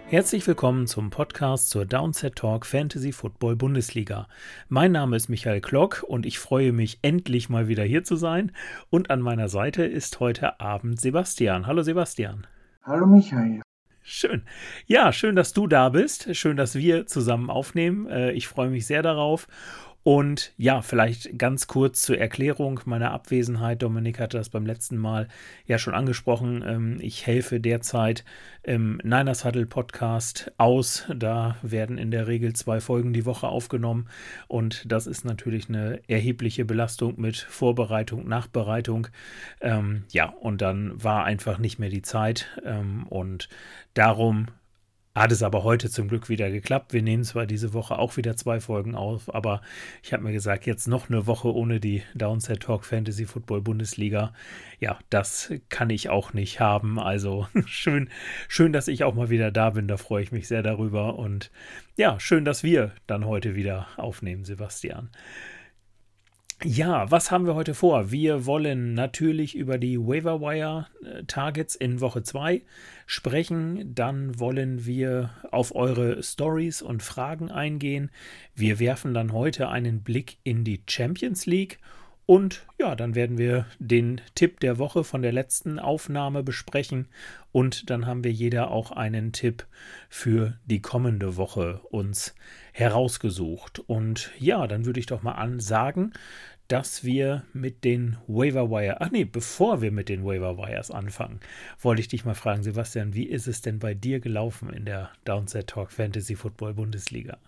Herzlich willkommen zum Podcast zur Downset Talk Fantasy Football Bundesliga. Mein Name ist Michael Klock und ich freue mich, endlich mal wieder hier zu sein. Und an meiner Seite ist heute Abend Sebastian. Hallo Sebastian. Hallo Michael. Schön. Ja, schön, dass du da bist. Schön, dass wir zusammen aufnehmen. Ich freue mich sehr darauf. Und ja, vielleicht ganz kurz zur Erklärung meiner Abwesenheit. Dominik hatte das beim letzten Mal ja schon angesprochen. Ich helfe derzeit im Niners Huddle Podcast aus. Da werden in der Regel 2 Folgen die Woche aufgenommen. Und das ist natürlich eine erhebliche Belastung mit Vorbereitung, Nachbereitung. Und dann war einfach nicht mehr die Zeit. Und darum hat es aber heute zum Glück wieder geklappt. Wir nehmen zwar diese Woche auch wieder 2 Folgen auf, aber ich habe mir gesagt, jetzt noch eine Woche ohne die Downset Talk Fantasy Football Bundesliga. Ja, das kann ich auch nicht haben. Also schön, dass ich auch mal wieder da bin. Da freue ich mich sehr darüber. Und ja, schön, dass wir dann heute wieder aufnehmen, Sebastian. Ja, was haben wir heute vor? Wir wollen natürlich über die Waiver Wire Targets in Woche 2 sprechen. Dann wollen wir auf eure Stories und Fragen eingehen. Wir werfen dann heute einen Blick in die Champions League. Und ja, dann werden wir den Tipp der Woche von der letzten Aufnahme besprechen. Und dann haben wir jeder auch einen Tipp für die kommende Woche uns herausgesucht. Und ja, dann würde ich doch mal sagen, dass wir mit den Waiver Wire, bevor wir mit den Waiver Wires anfangen, wollte ich dich mal fragen, Sebastian, wie ist es denn bei dir gelaufen in der Downset Talk Fantasy Football Bundesliga?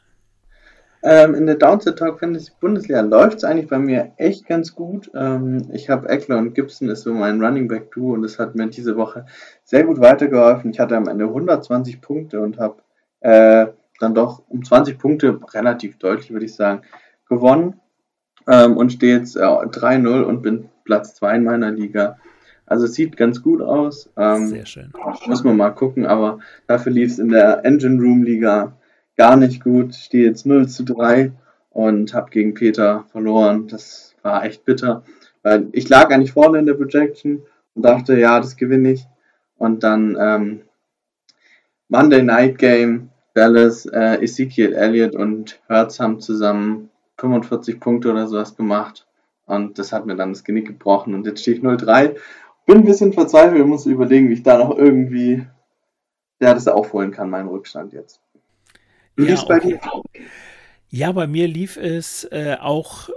In der Downset Talk Fantasy Bundesliga läuft es eigentlich bei mir echt ganz gut. Ich habe Eckler und Gibson ist so mein Running Back Duo und das hat mir diese Woche sehr gut weitergeholfen. Ich hatte am Ende 120 Punkte und habe dann doch um 20 Punkte relativ deutlich, würde ich sagen, gewonnen und stehe jetzt 3-0 und bin Platz 2 in meiner Liga. Also es sieht ganz gut aus. Sehr schön. Muss man mal gucken, aber dafür lief es in der Engine Room Liga gar nicht gut. Ich stehe jetzt 0-3 und habe gegen Peter verloren. Das war echt bitter. Weil ich lag eigentlich vorne in der Projection und dachte, ja, das gewinne ich. Und dann Monday Night Game, Dallas, Ezekiel Elliott und Hurts haben zusammen 45 Punkte oder sowas gemacht. Und das hat mir dann das Genick gebrochen. Und jetzt stehe ich 0-3. Bin ein bisschen verzweifelt und muss überlegen, wie ich da noch irgendwie das aufholen kann, meinen Rückstand jetzt. Wie lief's bei dir? Ja, bei mir lief es auch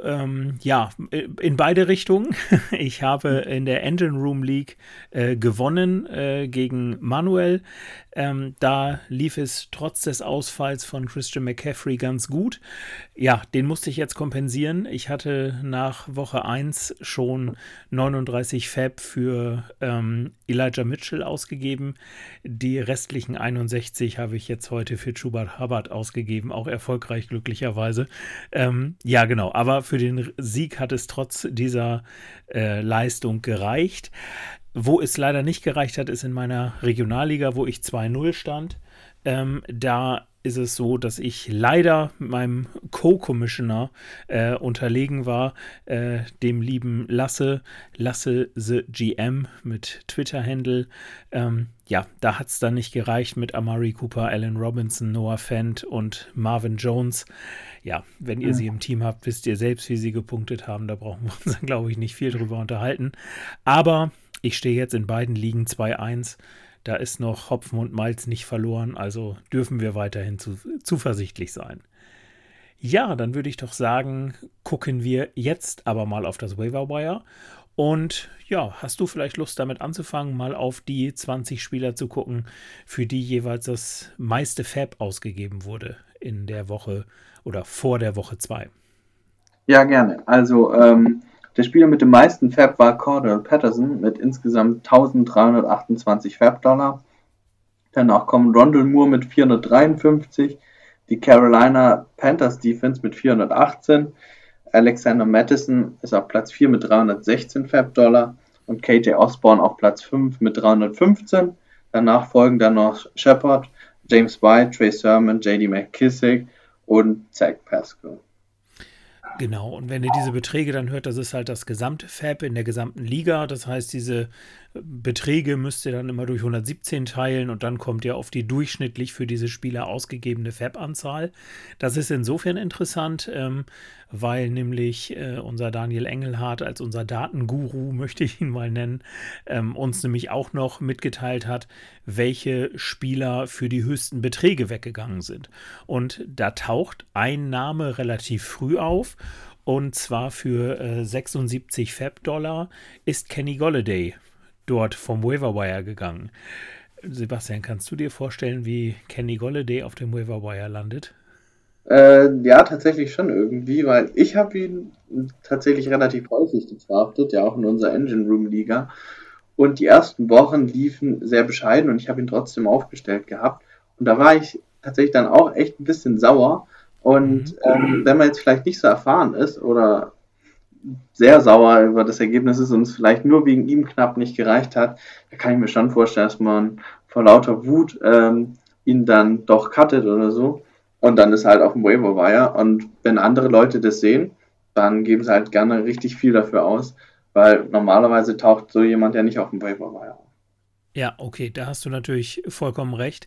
in beide Richtungen. Ich habe in der Engine Room League gewonnen gegen Manuel. Da lief es trotz des Ausfalls von Christian McCaffrey ganz gut. Ja, den musste ich jetzt kompensieren. Ich hatte nach Woche 1 schon 39 Fab für Elijah Mitchell ausgegeben. Die restlichen 61 habe ich jetzt heute für Chuba Hubbard ausgegeben, auch erfolgreich glücklicherweise. Ja, genau, aber für den Sieg hat es trotz dieser Leistung gereicht. Wo es leider nicht gereicht hat, ist in meiner Regionalliga, wo ich 2-0 stand. Da ist es so, dass ich leider meinem Co-Commissioner unterlegen war, dem lieben Lasse the GM mit Twitter-Handle. Da hat es dann nicht gereicht mit Amari Cooper, Allen Robinson, Noah Fant und Marvin Jones. Ja, wenn ihr sie im Team habt, wisst ihr selbst, wie sie gepunktet haben. Da brauchen wir uns dann, glaube ich, nicht viel drüber unterhalten. Aber ich stehe jetzt in beiden Ligen 2-1. Da ist noch Hopfen und Malz nicht verloren, also dürfen wir weiterhin zuversichtlich sein. Ja, dann würde ich doch sagen, gucken wir jetzt aber mal auf das Waiver Wire. Und ja, hast du vielleicht Lust damit anzufangen, mal auf die 20 Spieler zu gucken, für die jeweils das meiste Fab ausgegeben wurde in der Woche oder vor der Woche 2? Ja, gerne. Also der Spieler mit dem meisten Fab war Cordell Patterson mit insgesamt 1328 Fab-Dollar. Danach kommen Rondell Moore mit 453, die Carolina Panthers Defense mit 418, Alexander Mattison ist auf Platz 4 mit 316 Fab-Dollar und KJ Osborne auf Platz 5 mit 315. Danach folgen dann noch Shepard, James White, Trey Sermon, JD McKissick und Zach Pascal. Genau, und wenn ihr diese Beträge dann hört, das ist halt das gesamte FAB in der gesamten Liga. Das heißt, diese Beträge müsst ihr dann immer durch 117 teilen und dann kommt ihr auf die durchschnittlich für diese Spieler ausgegebene FAB-Anzahl. Das ist insofern interessant, weil nämlich unser Daniel Engelhardt als unser Datenguru, möchte ich ihn mal nennen, uns nämlich auch noch mitgeteilt hat, welche Spieler für die höchsten Beträge weggegangen sind. Und da taucht ein Name relativ früh auf. Und zwar für 76 FAB-Dollar ist Kenny Golladay dort vom Waiver-Wire gegangen. Sebastian, kannst du dir vorstellen, wie Kenny Golladay auf dem Waiver-Wire landet? Ja, tatsächlich schon irgendwie, weil ich habe ihn tatsächlich relativ häufig gedraftet, ja auch in unserer Engine Room Liga. Und die ersten Wochen liefen sehr bescheiden und ich habe ihn trotzdem aufgestellt gehabt. Und da war ich tatsächlich dann auch echt ein bisschen sauer. Und wenn man jetzt vielleicht nicht so erfahren ist oder sehr sauer über das Ergebnis ist und es vielleicht nur wegen ihm knapp nicht gereicht hat, da kann ich mir schon vorstellen, dass man vor lauter Wut ihn dann doch cuttet oder so. Und dann ist halt auf dem Waiver Wire. Und wenn andere Leute das sehen, dann geben sie halt gerne richtig viel dafür aus, weil normalerweise taucht so jemand ja nicht auf dem Waiver Wire auf. Ja, okay, da hast du natürlich vollkommen recht.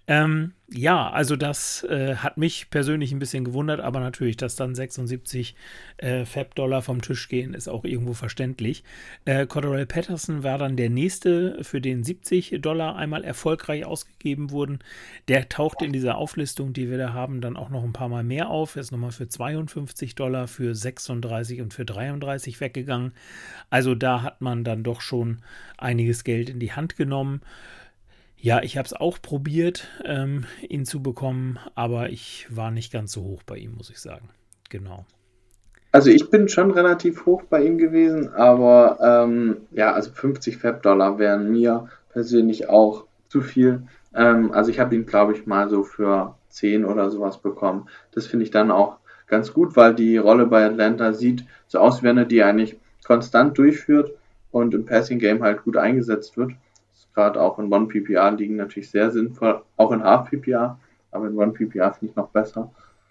Ja, also das hat mich persönlich ein bisschen gewundert, aber natürlich, dass dann 76 FAB-Dollar vom Tisch gehen, ist auch irgendwo verständlich. Cordarrelle Patterson war dann der nächste, für den 70 Dollar einmal erfolgreich ausgegeben wurden. Der taucht in dieser Auflistung, die wir da haben, dann auch noch ein paar Mal mehr auf. Er ist nochmal für 52 Dollar, für 36 und für 33 weggegangen. Also da hat man dann doch schon einiges Geld in die Hand genommen. Ja, ich habe es auch probiert, ihn zu bekommen, aber ich war nicht ganz so hoch bei ihm, muss ich sagen. Genau. Also ich bin schon relativ hoch bei ihm gewesen, aber ja, also 50 FAB-Dollar wären mir persönlich auch zu viel. Also ich habe ihn, glaube ich, mal so für 10 oder sowas bekommen. Das finde ich dann auch ganz gut, weil die Rolle bei Atlanta sieht so aus, wie eine, die eigentlich konstant durchführt und im Passing Game halt gut eingesetzt wird. Das ist gerade auch in One-PPR-Ligen natürlich sehr sinnvoll, auch in Half-PPR, aber in One-PPR finde ich noch besser.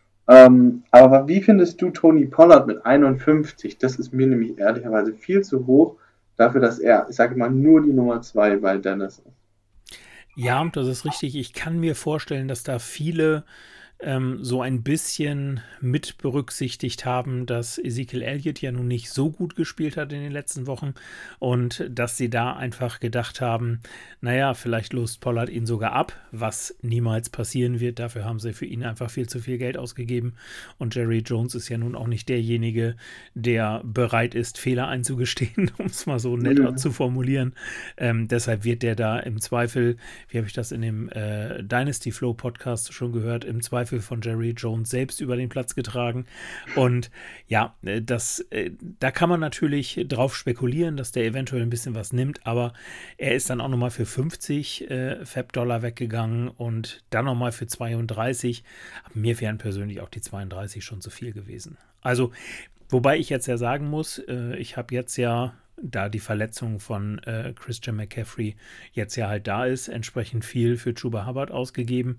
Aber wie findest du Tony Pollard mit 51? Das ist mir nämlich ehrlicherweise viel zu hoch dafür, dass er, ich sage mal, nur die Nummer 2 bei Dennis ist. Ja, das ist richtig. Ich kann mir vorstellen, dass da viele so ein bisschen mit berücksichtigt haben, dass Ezekiel Elliott ja nun nicht so gut gespielt hat in den letzten Wochen und dass sie da einfach gedacht haben, naja, vielleicht lost Pollard ihn sogar ab, was niemals passieren wird. Dafür haben sie für ihn einfach viel zu viel Geld ausgegeben und Jerry Jones ist ja nun auch nicht derjenige, der bereit ist, Fehler einzugestehen, um es mal so nett Mhm. zu formulieren. Deshalb wird der da im Zweifel, wie habe ich das in dem Dynasty Flow Podcast schon gehört, im Zweifel von Jerry Jones selbst über den Platz getragen. Und ja, da kann man natürlich drauf spekulieren, dass der eventuell ein bisschen was nimmt, aber er ist dann auch nochmal für 50 FAB-Dollar weggegangen und dann nochmal für 32. Mir wären persönlich auch die 32 schon zu viel gewesen. Also, wobei ich jetzt ja sagen muss, ich habe jetzt ja, da die Verletzung von Christian McCaffrey jetzt ja halt da ist, entsprechend viel für Chuba Hubbard ausgegeben.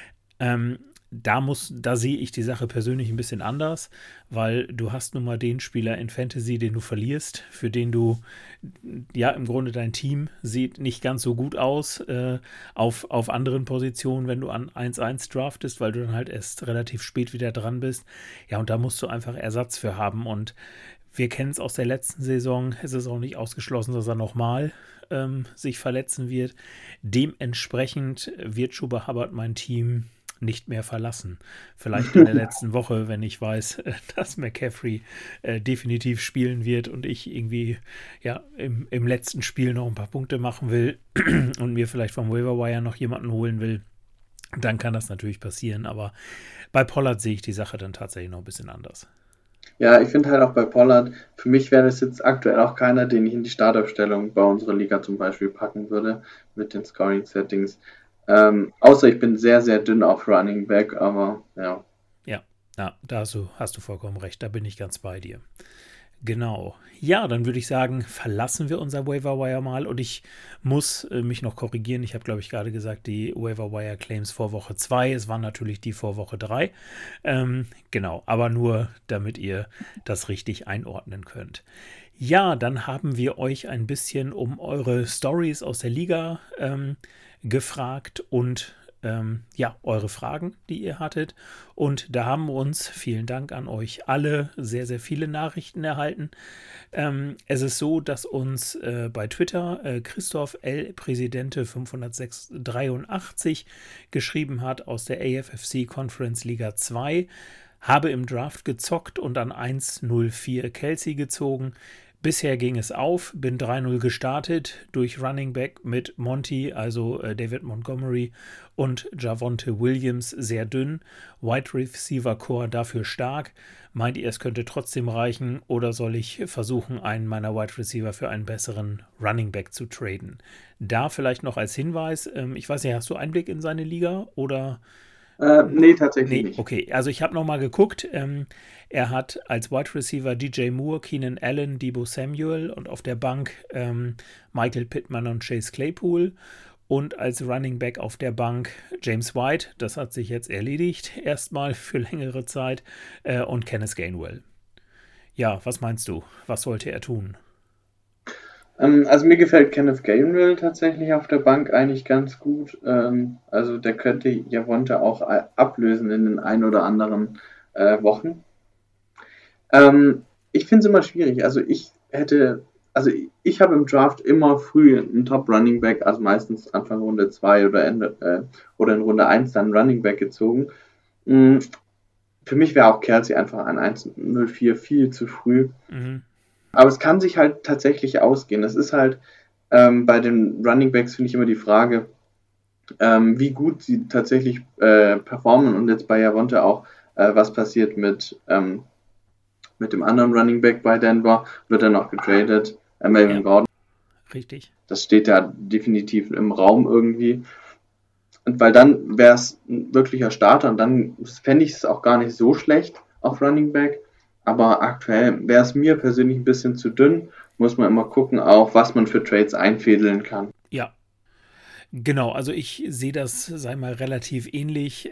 Da sehe ich die Sache persönlich ein bisschen anders, weil du hast nun mal den Spieler in Fantasy, den du verlierst, für den du, ja, im Grunde dein Team sieht nicht ganz so gut aus auf anderen Positionen, wenn du an 1-1 draftest, weil du dann halt erst relativ spät wieder dran bist. Ja, und da musst du einfach Ersatz für haben und wir kennen es aus der letzten Saison, es ist auch nicht ausgeschlossen, dass er nochmal sich verletzen wird. Dementsprechend wird Chuba Hubbard mein Team nicht mehr verlassen. Vielleicht in der letzten Woche, wenn ich weiß, dass McCaffrey definitiv spielen wird und ich irgendwie ja im letzten Spiel noch ein paar Punkte machen will und mir vielleicht vom Waiver Wire noch jemanden holen will, dann kann das natürlich passieren. Aber bei Pollard sehe ich die Sache dann tatsächlich noch ein bisschen anders. Ja, ich finde halt auch bei Pollard, für mich wäre das jetzt aktuell auch keiner, den ich in die Startaufstellung bei unserer Liga zum Beispiel packen würde, mit den Scoring-Settings. Außer ich bin sehr, sehr dünn auf Running Back, aber ja. Ja, ja, da hast du vollkommen recht. Da bin ich ganz bei dir. Genau. Ja, dann würde ich sagen, verlassen wir unser Waiver Wire mal und ich muss mich noch korrigieren. Ich habe, glaube ich, gerade gesagt, die Waiver Wire Claims vor Woche 2. Es waren natürlich die vor Woche 3. Genau, aber nur, damit ihr das richtig einordnen könnt. Ja, dann haben wir euch ein bisschen um eure Stories aus der Liga gefragt und ja, eure Fragen, die ihr hattet. Und da haben wir uns, vielen Dank an euch alle, sehr, sehr viele Nachrichten erhalten. Es ist so, dass uns bei Twitter Christoph L. Präsidente 583 geschrieben hat aus der AFFC Conference Liga 2. Habe im Draft gezockt und an 1:04 Kelsey gezogen. Bisher ging es auf, bin 3:0 gestartet durch Running Back mit Monty, also David Montgomery und Javonte Williams sehr dünn. Wide Receiver Core dafür stark. Meint ihr, es könnte trotzdem reichen oder soll ich versuchen, einen meiner Wide Receiver für einen besseren Running Back zu traden? Da vielleicht noch als Hinweis, ich weiß nicht, hast du Einblick in seine Liga oder? Nee, tatsächlich Nee, nicht. okay. Also ich habe nochmal geguckt. Er hat als Wide Receiver DJ Moore, Keenan Allen, Deebo Samuel und auf der Bank Michael Pittman und Chase Claypool. Und als Running Back auf der Bank James White. Das hat sich jetzt erledigt, erstmal für längere Zeit. Und Kenneth Gainwell. Ja, was meinst du? Was sollte er tun? Also mir gefällt Kenneth Gainwell tatsächlich auf der Bank eigentlich ganz gut. Also der könnte Javonte auch ablösen in den ein oder anderen Wochen. Ich finde es immer schwierig. Also ich habe im Draft immer früh einen Top Running Back, also meistens Anfang Runde 2 oder in Runde eins dann einen Running Back gezogen. Mm, Für mich wäre auch Kelsey einfach an 1:04 viel zu früh. Mhm. Aber es kann sich halt tatsächlich ausgehen. Das ist halt bei den Running Backs finde ich immer die Frage, wie gut sie tatsächlich performen und jetzt bei Javonte auch, was passiert mit dem anderen Running Back bei Denver, wird er noch getradet, Melvin Ja, Gordon, richtig. das steht ja definitiv im Raum irgendwie. Und weil dann wäre es ein wirklicher Starter und dann fände ich es auch gar nicht so schlecht auf Running Back. Aber aktuell wäre es mir persönlich ein bisschen zu dünn. Muss man immer gucken, auch was man für Trades einfädeln kann. Ja, genau. Also ich sehe das, sei mal, relativ ähnlich.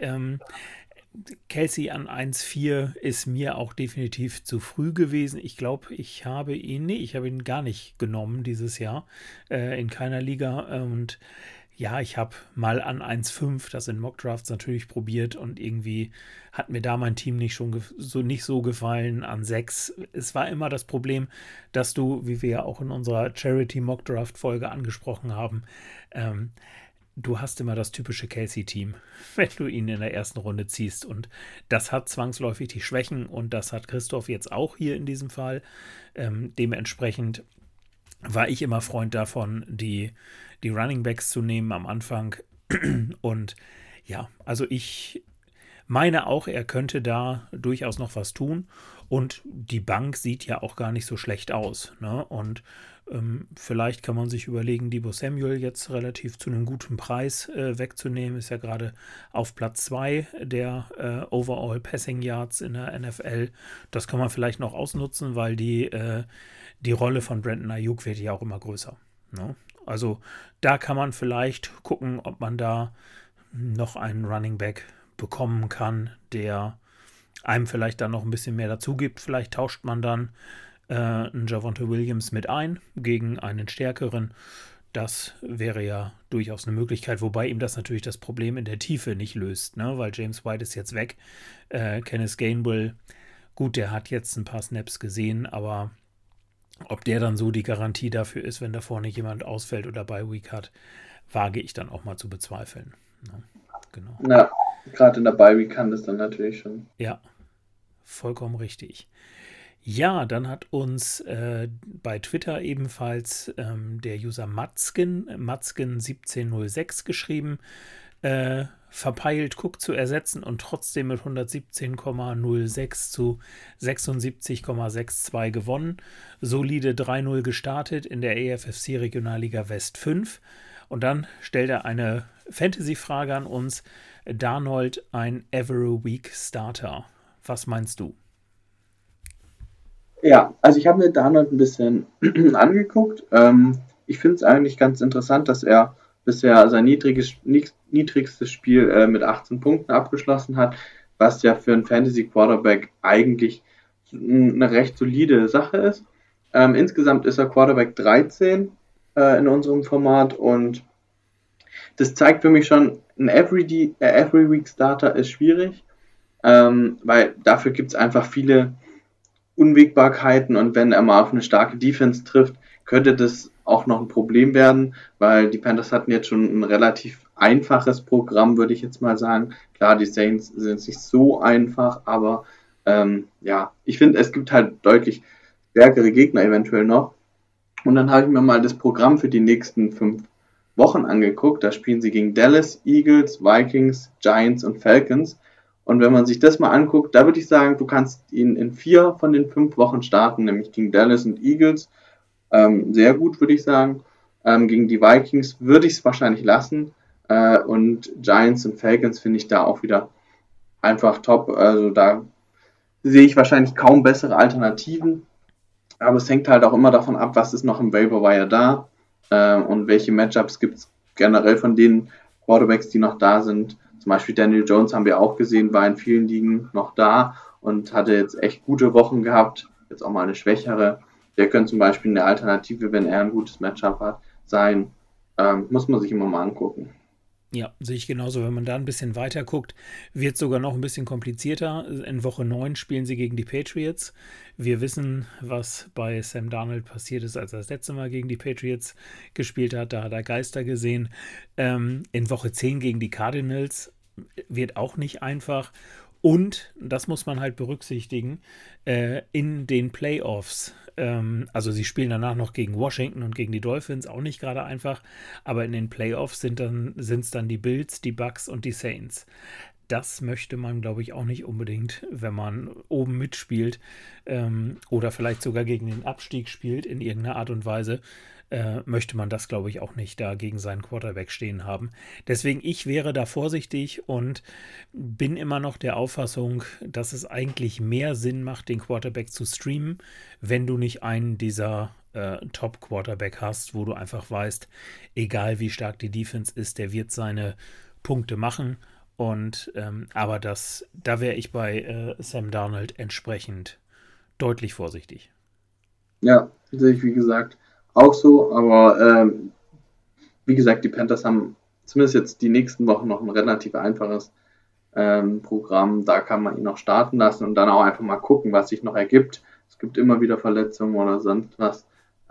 Kelsey an 1:4 ist mir auch definitiv zu früh gewesen. Ich glaube, ich habe ihn gar nicht genommen dieses Jahr in keiner Liga. Und ja, ich habe mal an 1:5 das in Mockdrafts natürlich probiert und irgendwie hat mir da mein Team nicht so gefallen. An 6, es war immer das Problem, dass du, wie wir ja auch in unserer Charity Mockdraft Folge angesprochen haben, ähm, du hast immer das typische Kelsey-Team, wenn du ihn in der ersten Runde ziehst. Und das hat zwangsläufig die Schwächen und das hat Christoph jetzt auch hier in diesem Fall. Dementsprechend war ich immer Freund davon, die Running Backs zu nehmen am Anfang. Und ja, also ich meine auch, er könnte da durchaus noch was tun. Und die Bank sieht ja auch gar nicht so schlecht aus. Ne? Und vielleicht kann man sich überlegen, Deebo Samuel jetzt relativ zu einem guten Preis wegzunehmen. Ist ja gerade auf Platz 2 der Overall Passing Yards in der NFL. Das kann man vielleicht noch ausnutzen, weil die Rolle von Brandon Ayuk wird ja auch immer größer. Ne? Also da kann man vielleicht gucken, ob man da noch einen Running Back bekommen kann, der einem vielleicht dann noch ein bisschen mehr dazu gibt. Vielleicht tauscht man dann einen Javonte Williams mit ein gegen einen stärkeren. Das wäre ja durchaus eine Möglichkeit, wobei ihm das natürlich das Problem in der Tiefe nicht löst, ne? Weil James White ist jetzt weg. Kenneth Gainwell, gut, der hat jetzt ein paar Snaps gesehen, aber ob der dann so die Garantie dafür ist, wenn da vorne jemand ausfällt oder bei Week hat, wage ich dann auch mal zu bezweifeln. Ne? Genau. Na, gerade in der Bye-Week kann das dann natürlich schon. Ja, vollkommen richtig. Ja, dann hat uns bei Twitter ebenfalls der User Matzken1706 geschrieben, verpeilt Cook zu ersetzen und trotzdem mit 117,06 zu 76,62 gewonnen. Solide 3:0 gestartet in der AFFC Regionalliga West 5. Und dann stellt er eine Fantasy-Frage an uns. Darnold, ein Every Week Starter. Was meinst du? Ja, also ich habe mir Darnold ein bisschen angeguckt. Ich finde es eigentlich ganz interessant, dass er bisher sein niedrigstes Spiel mit 18 Punkten abgeschlossen hat, was ja für einen Fantasy Quarterback eigentlich eine recht solide Sache ist. Insgesamt ist er Quarterback 13 in unserem Format und das zeigt für mich schon, ein Every Week Starter ist schwierig, weil dafür gibt es einfach viele Unwägbarkeiten und wenn er mal auf eine starke Defense trifft, könnte das auch noch ein Problem werden, weil die Panthers hatten jetzt schon ein relativ einfaches Programm, würde ich jetzt mal sagen. Klar, die Saints sind nicht so einfach, aber ja, ich finde, es gibt halt deutlich stärkere Gegner eventuell noch. Und dann habe ich mir mal das Programm für die nächsten 5 Wochen angeguckt. Da spielen sie gegen Dallas, Eagles, Vikings, Giants und Falcons. Und wenn man sich das mal anguckt, da würde ich sagen, du kannst ihn in 4 von den 5 Wochen starten, nämlich gegen Dallas und Eagles. Sehr gut, würde ich sagen. Gegen die Vikings würde ich es wahrscheinlich lassen. Und Giants und Falcons finde ich da auch wieder einfach top. Also da sehe ich wahrscheinlich kaum bessere Alternativen. Aber es hängt halt auch immer davon ab, was ist noch im Waiver Wire da und welche Matchups gibt es generell von den Quarterbacks, die noch da sind. Zum Beispiel Daniel Jones haben wir auch gesehen, war in vielen Ligen noch da und hatte jetzt echt gute Wochen gehabt, jetzt auch mal eine schwächere. Der könnte zum Beispiel eine Alternative, wenn er ein gutes Matchup hat, sein. Muss man sich immer mal angucken. Ja, sehe ich genauso. Wenn man da ein bisschen weiter guckt, wird es sogar noch ein bisschen komplizierter. In Woche 9 spielen sie gegen die Patriots. Wir wissen, was bei Sam Darnold passiert ist, als er das letzte Mal gegen die Patriots gespielt hat. Da hat er Geister gesehen. In Woche 10 gegen die Cardinals wird auch nicht einfach. Und, das muss man halt berücksichtigen, in den Playoffs, also sie spielen danach noch gegen Washington und gegen die Dolphins, auch nicht gerade einfach, aber in den Playoffs sind es dann die Bills, die Bucks und die Saints. Das möchte man, glaube ich, auch nicht unbedingt, wenn man oben mitspielt oder vielleicht sogar gegen den Abstieg spielt in irgendeiner Art und Weise, möchte man das, glaube ich, auch nicht da gegen seinen Quarterback stehen haben. Deswegen, ich wäre da vorsichtig und bin immer noch der Auffassung, dass es eigentlich mehr Sinn macht, den Quarterback zu streamen, wenn du nicht einen dieser Top-Quarterback hast, wo du einfach weißt, egal wie stark die Defense ist, der wird seine Punkte machen. Und aber da wäre ich bei Sam Darnold entsprechend deutlich vorsichtig. Ja, sehe ich wie gesagt auch so, aber wie gesagt, die Panthers haben zumindest jetzt die nächsten Wochen noch ein relativ einfaches Programm. Da kann man ihn noch starten lassen und dann auch einfach mal gucken, was sich noch ergibt. Es gibt immer wieder Verletzungen oder sonst was.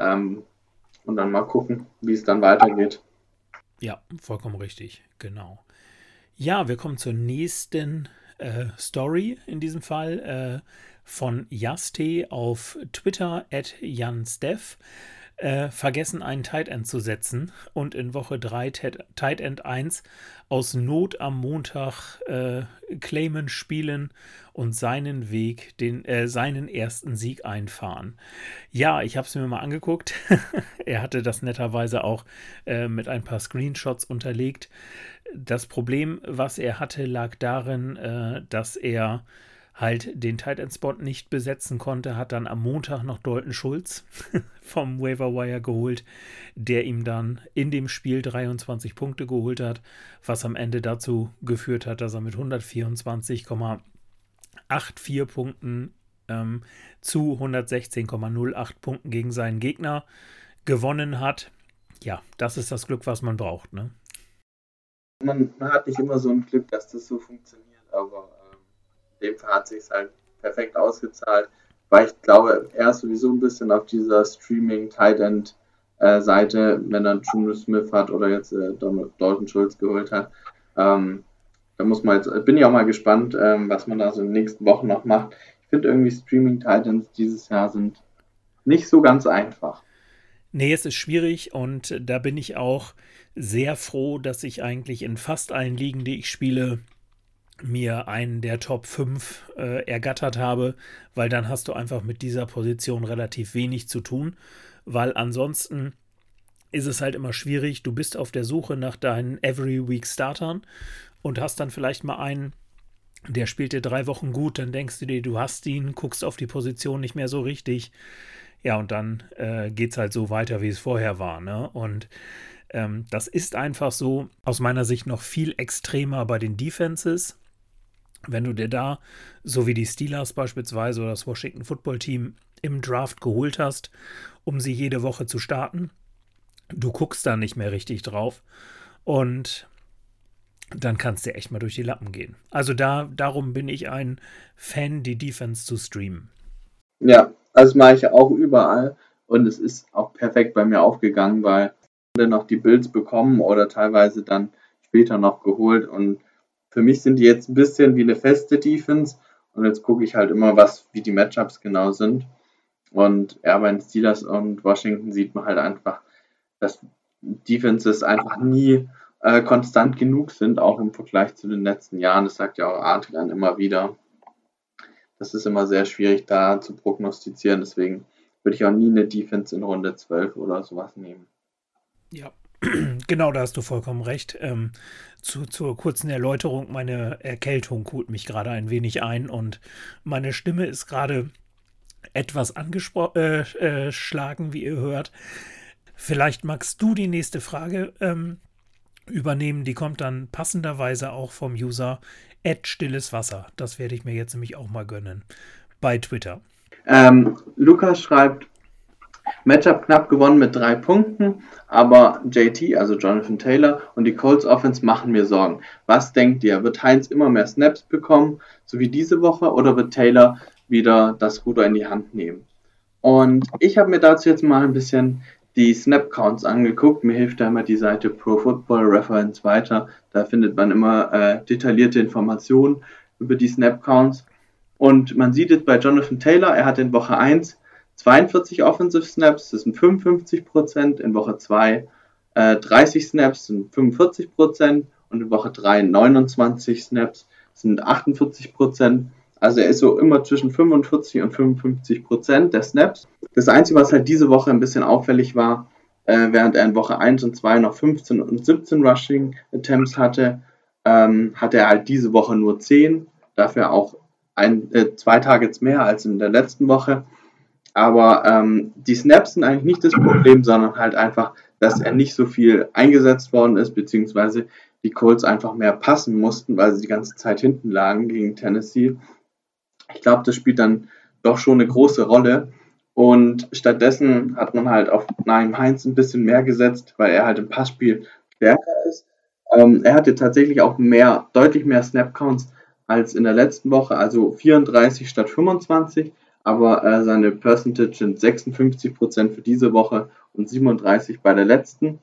Und dann mal gucken, wie es dann weitergeht. Ja, vollkommen richtig, genau. Ja, wir kommen zur nächsten Story in diesem Fall von Jaste auf Twitter @jansteff. Vergessen einen Tight End zu setzen und in Woche 3 Tight End 1 aus Not am Montag claimen, spielen und seinen seinen ersten Sieg einfahren. Ja, ich habe es mir mal angeguckt. Er hatte das netterweise auch mit ein paar Screenshots unterlegt. Das Problem, was er hatte, lag darin, dass er halt den Tight End Spot nicht besetzen konnte, hat dann am Montag noch Dalton Schulz vom Waiver Wire geholt, der ihm dann in dem Spiel 23 Punkte geholt hat, was am Ende dazu geführt hat, dass er mit 124,84 Punkten zu 116,08 Punkten gegen seinen Gegner gewonnen hat. Ja, das ist das Glück, was man braucht, ne? Man hat nicht immer so ein Glück, dass das so funktioniert, aber in dem Fall hat sich halt perfekt ausgezahlt, weil ich glaube, er ist sowieso ein bisschen auf dieser Streaming-Tight-End-Seite, wenn er Juno Smith hat oder jetzt Dalton Schulz geholt hat. Da muss man jetzt, bin ich auch mal gespannt, was man da so in den nächsten Wochen noch macht. Ich finde irgendwie Streaming-Titans dieses Jahr sind nicht so ganz einfach. Nee, es ist schwierig und da bin ich auch sehr froh, dass ich eigentlich in fast allen Ligen, die ich spiele, mir einen der Top 5 ergattert habe, weil dann hast du einfach mit dieser Position relativ wenig zu tun, weil ansonsten ist es halt immer schwierig. Du bist auf der Suche nach deinen Every Week Startern und hast dann vielleicht mal einen, der spielt dir 3 Wochen gut, dann denkst du dir, du hast ihn, guckst auf die Position nicht mehr so richtig. Ja, und dann geht es halt so weiter, wie es vorher war. Ne? Und das ist einfach so aus meiner Sicht noch viel extremer bei den Defenses. Wenn du dir da, so wie die Steelers beispielsweise oder das Washington Football Team im Draft geholt hast, um sie jede Woche zu starten, du guckst da nicht mehr richtig drauf und dann kannst du echt mal durch die Lappen gehen. Also darum bin ich ein Fan, die Defense zu streamen. Ja, also das mache ich auch überall und es ist auch perfekt bei mir aufgegangen, weil dann noch die Builds bekommen oder teilweise dann später noch geholt und für mich sind die jetzt ein bisschen wie eine feste Defense und jetzt gucke ich halt immer, wie die Matchups genau sind und ja, bei den Steelers und Washington sieht man halt einfach, dass Defenses einfach nie konstant genug sind, auch im Vergleich zu den letzten Jahren. Das sagt ja auch Adrian immer wieder. Das ist immer sehr schwierig da zu prognostizieren. Deswegen würde ich auch nie eine Defense in Runde 12 oder sowas nehmen. Ja, genau, da hast du vollkommen recht. Zur kurzen Erläuterung, meine Erkältung holt mich gerade ein wenig ein und meine Stimme ist gerade etwas angeschlagen, wie ihr hört. Vielleicht magst du die nächste Frage übernehmen. Die kommt dann passenderweise auch vom User @stilles Wasser. Das werde ich mir jetzt nämlich auch mal gönnen bei Twitter. Lukas schreibt, Matchup knapp gewonnen mit 3 Punkten, aber JT, also Jonathan Taylor, und die Colts Offense machen mir Sorgen. Was denkt ihr? Wird Heinz immer mehr Snaps bekommen, so wie diese Woche, oder wird Taylor wieder das Ruder in die Hand nehmen? Und ich habe mir dazu jetzt mal ein bisschen die Snap-Counts angeguckt. Mir hilft da immer die Seite Pro Football Reference weiter. Da findet man immer detaillierte Informationen über die Snap-Counts. Und man sieht jetzt bei Jonathan Taylor, er hat in Woche 1 42 Offensive Snaps, das sind 55%, in Woche 2 30 Snaps, sind 45% und in Woche 3 29 Snaps, sind 48%. Also er ist so immer zwischen 45 und 55% der Snaps. Das Einzige, was halt diese Woche ein bisschen auffällig war, während er in Woche 1 und 2 noch 15 und 17 Rushing Attempts hatte, hatte er halt diese Woche nur 10, dafür auch 2 Targets mehr als in der letzten Woche. Aber die Snaps sind eigentlich nicht das Problem, sondern halt einfach, dass er nicht so viel eingesetzt worden ist, beziehungsweise die Colts einfach mehr passen mussten, weil sie die ganze Zeit hinten lagen gegen Tennessee. Ich glaube, das spielt dann doch schon eine große Rolle. Und stattdessen hat man halt auf Naheem Heinz ein bisschen mehr gesetzt, weil er halt im Passspiel stärker ist. Er hatte tatsächlich auch deutlich mehr Snap-Counts als in der letzten Woche, also 34 statt 25, aber seine Percentage sind 56% für diese Woche und 37 bei der letzten.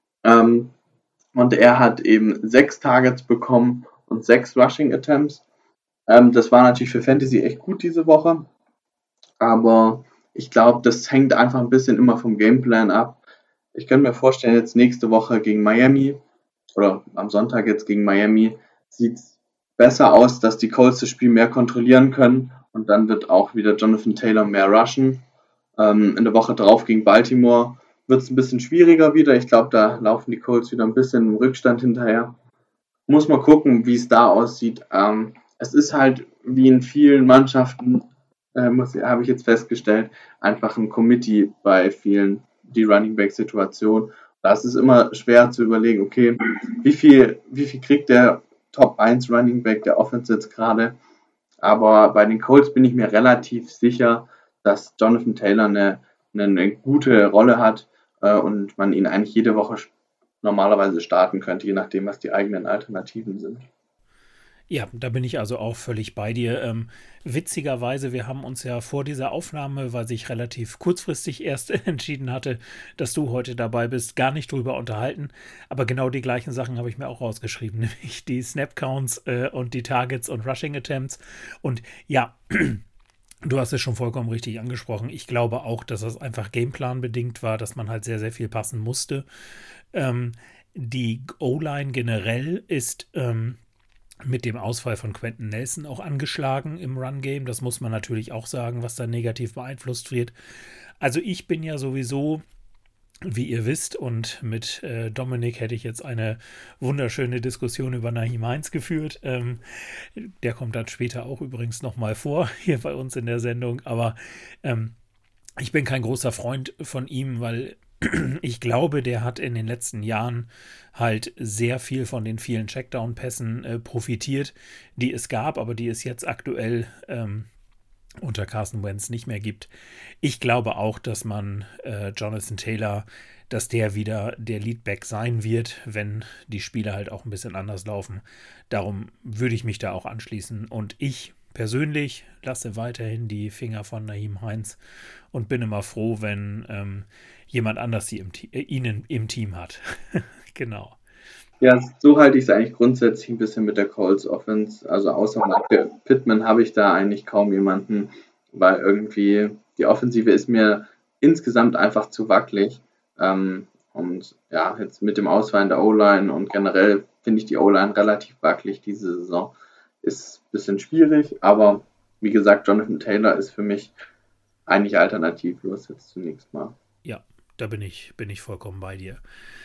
Und er hat eben 6 Targets bekommen und 6 Rushing Attempts. Das war natürlich für Fantasy echt gut diese Woche, aber ich glaube, das hängt einfach ein bisschen immer vom Gameplan ab. Ich könnte mir vorstellen, jetzt nächste Woche gegen Miami oder am Sonntag jetzt gegen Miami sieht es besser aus, dass die Colts das Spiel mehr kontrollieren können und dann wird auch wieder Jonathan Taylor mehr rushen. In der Woche drauf gegen Baltimore wird es ein bisschen schwieriger wieder. Ich glaube, da laufen die Colts wieder ein bisschen im Rückstand hinterher. Muss mal gucken, wie es da aussieht. Es ist halt wie in vielen Mannschaften, habe ich jetzt festgestellt, einfach ein Committee bei vielen, die Running Back Situation. Da ist es immer schwer zu überlegen, okay, wie viel kriegt der Top 1 Running Back der Offense jetzt gerade? Aber bei den Colts bin ich mir relativ sicher, dass Jonathan Taylor eine gute Rolle hat und man ihn eigentlich jede Woche normalerweise starten könnte, je nachdem, was die eigenen Alternativen sind. Ja, da bin ich also auch völlig bei dir. Witzigerweise, wir haben uns ja vor dieser Aufnahme, weil sich relativ kurzfristig erst entschieden hatte, dass du heute dabei bist, gar nicht drüber unterhalten. Aber genau die gleichen Sachen habe ich mir auch rausgeschrieben, nämlich die Snap-Counts und die Targets und Rushing Attempts. Und ja, du hast es schon vollkommen richtig angesprochen. Ich glaube auch, dass das einfach Gameplan-bedingt war, dass man halt sehr, sehr viel passen musste. Die O-Line generell ist mit dem Ausfall von Quentin Nelson auch angeschlagen im Run-Game. Das muss man natürlich auch sagen, was da negativ beeinflusst wird. Also ich bin ja sowieso wie ihr wisst. Und mit Dominik hätte ich jetzt eine wunderschöne Diskussion über Nyheim Hines geführt. Der kommt dann später auch übrigens nochmal vor, hier bei uns in der Sendung. Aber ich bin kein großer Freund von ihm, weil ich glaube, der hat in den letzten Jahren halt sehr viel von den vielen Checkdown-Pässen profitiert, die es gab, aber die es jetzt aktuell unter Carson Wentz nicht mehr gibt. Ich glaube auch, dass man Jonathan Taylor, dass der wieder der Leadback sein wird, wenn die Spiele halt auch ein bisschen anders laufen. Darum würde ich mich da auch anschließen. Und ich persönlich lasse weiterhin die Finger von Nyheim Hines und bin immer froh, wenn jemand anders ihn im Team hat. Genau. Ja, so halte ich es eigentlich grundsätzlich ein bisschen mit der Colts Offense. Also außer Michael Pittman habe ich da eigentlich kaum jemanden, weil irgendwie die Offensive ist mir insgesamt einfach zu wackelig. Und ja, jetzt mit dem Ausfallen der O-Line und generell finde ich die O-Line relativ wackelig diese Saison. Ist ein bisschen schwierig, aber wie gesagt, Jonathan Taylor ist für mich eigentlich alternativlos jetzt zunächst mal. Ja, da bin ich vollkommen bei dir.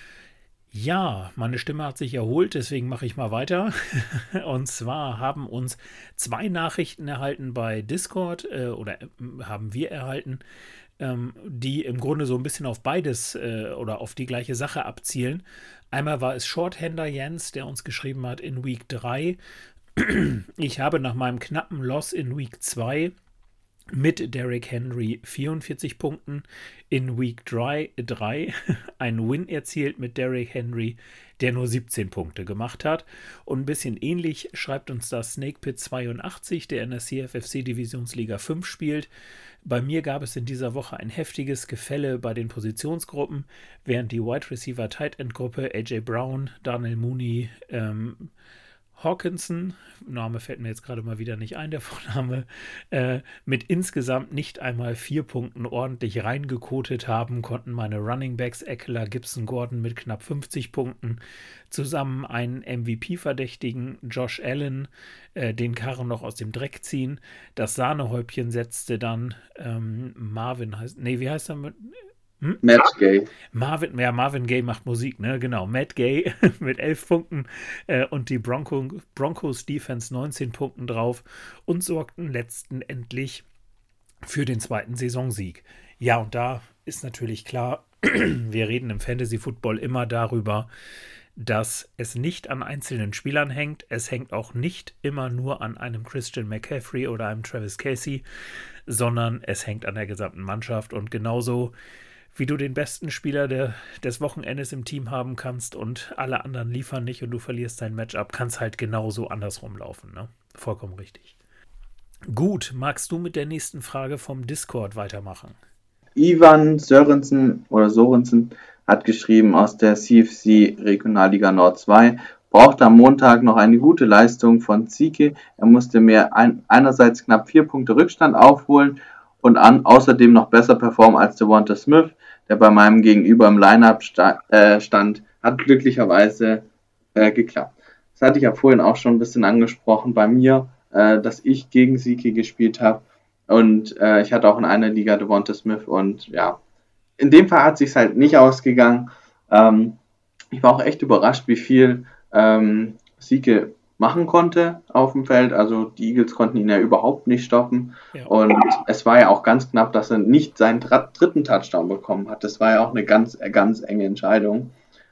Ja, meine Stimme hat sich erholt, deswegen mache ich mal weiter. Und zwar haben uns 2 Nachrichten erhalten bei Discord oder haben wir erhalten, die im Grunde so ein bisschen auf beides oder auf die gleiche Sache abzielen. Einmal war es Shorthander Jens, der uns geschrieben hat in Week 3. Ich habe nach meinem knappen Loss in Week 2 mit Derrick Henry 44 Punkten in Week 3 einen Win erzielt mit Derrick Henry, der nur 17 Punkte gemacht hat. Und ein bisschen ähnlich schreibt uns das Snake Pit 82, der in der CFFC Divisionsliga 5 spielt. Bei mir gab es in dieser Woche ein heftiges Gefälle bei den Positionsgruppen, während die Wide Receiver Tight End Gruppe AJ Brown, Darnell Mooney, Hawkinson, Name fällt mir jetzt gerade mal wieder nicht ein, der Vorname, mit insgesamt nicht einmal 4 Punkten ordentlich reingekotet haben, konnten meine Running Backs Eckler, Gibson, Gordon mit knapp 50 Punkten zusammen einen MVP-Verdächtigen, Josh Allen, den Karren noch aus dem Dreck ziehen. Das Sahnehäubchen setzte dann Marvin, wie heißt er mit? Matt Gay. Marvin Gaye macht Musik, ne? Genau. Matt Gay mit 11 Punkten und die Broncos Defense 19 Punkten drauf und sorgten letztendlich für den 2. Saisonsieg. Ja, und da ist natürlich klar, wir reden im Fantasy Football immer darüber, dass es nicht an einzelnen Spielern hängt. Es hängt auch nicht immer nur an einem Christian McCaffrey oder einem Travis Kelce, sondern es hängt an der gesamten Mannschaft. Und genauso wie du den besten Spieler des Wochenendes im Team haben kannst und alle anderen liefern nicht und du verlierst dein Matchup, kann es halt genauso andersrum laufen. Ne? Vollkommen richtig. Gut, magst du mit der nächsten Frage vom Discord weitermachen? Ivan Sorensen hat geschrieben aus der CFC Regionalliga Nord 2, brauchte am Montag noch eine gute Leistung von Zieke. Er musste einerseits knapp 4 Punkte Rückstand aufholen und außerdem noch besser performen als Devonta Smith, der bei meinem Gegenüber im Lineup stand, hat glücklicherweise geklappt. Das hatte ich ja vorhin auch schon ein bisschen angesprochen bei mir, dass ich gegen Zieke gespielt habe und ich hatte auch in einer Liga Devonta Smith und ja, in dem Fall hat es sich halt nicht ausgegangen. Ich war auch echt überrascht, wie viel Zieke machen konnte auf dem Feld. Also die Eagles konnten ihn ja überhaupt nicht stoppen. Ja. Und es war ja auch ganz knapp, dass er nicht seinen dritten Touchdown bekommen hat. Das war ja auch eine ganz, ganz enge Entscheidung.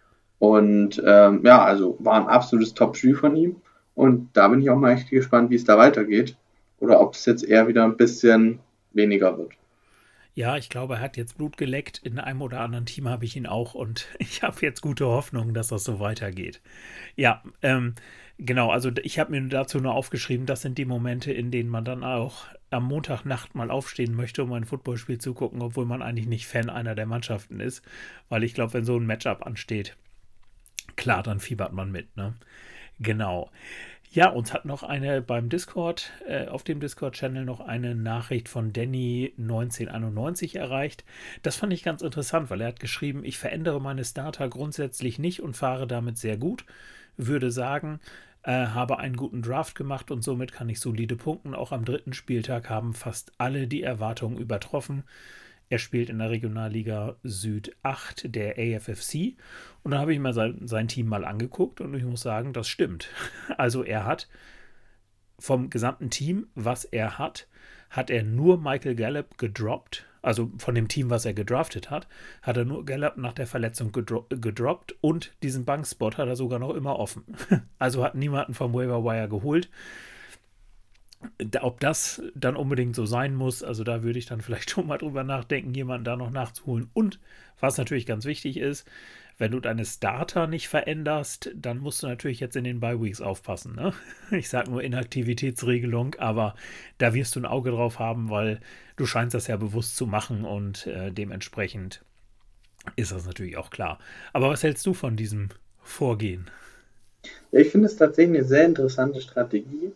Und ja, also war ein absolutes Top-Spiel von ihm. Und da bin ich auch mal echt gespannt, wie es da weitergeht. Oder ob es jetzt eher wieder ein bisschen weniger wird. Ja, ich glaube, er hat jetzt Blut geleckt. In einem oder anderen Team habe ich ihn auch. Und ich habe jetzt gute Hoffnung, dass das so weitergeht. Ja, genau, also ich habe mir dazu nur aufgeschrieben, das sind die Momente, in denen man dann auch am Montagnacht mal aufstehen möchte, um ein Footballspiel zu gucken, obwohl man eigentlich nicht Fan einer der Mannschaften ist. Weil ich glaube, wenn so ein Matchup ansteht, klar, dann fiebert man mit, ne? Genau. Ja, uns hat noch eine beim Discord, auf dem Discord-Channel noch eine Nachricht von Danny 1991 erreicht. Das fand ich ganz interessant, weil er hat geschrieben, ich verändere meine Starter grundsätzlich nicht und fahre damit sehr gut. Würde sagen, habe einen guten Draft gemacht und somit kann ich solide punkten. Auch am 3. Spieltag haben fast alle die Erwartungen übertroffen. Er spielt in der Regionalliga Süd 8 der AFFC. Und dann habe ich mir sein Team mal angeguckt und ich muss sagen, das stimmt. Also er hat vom gesamten Team, was er hat er nur Michael Gallup gedroppt. Also von dem Team, was er gedraftet hat er nur Gallup nach der Verletzung gedroppt und diesen Bankspot hat er sogar noch immer offen. Also hat niemanden vom Waiver Wire geholt. Ob das dann unbedingt so sein muss, also da würde ich dann vielleicht schon mal drüber nachdenken, jemanden da noch nachzuholen. Und was natürlich ganz wichtig ist, wenn du deine Starter nicht veränderst, dann musst du natürlich jetzt in den Bye-Weeks aufpassen. Ne? Ich sage nur Inaktivitätsregelung, aber da wirst du ein Auge drauf haben, weil du scheinst das ja bewusst zu machen und dementsprechend ist das natürlich auch klar. Aber was hältst du von diesem Vorgehen? Ja, ich finde es tatsächlich eine sehr interessante Strategie,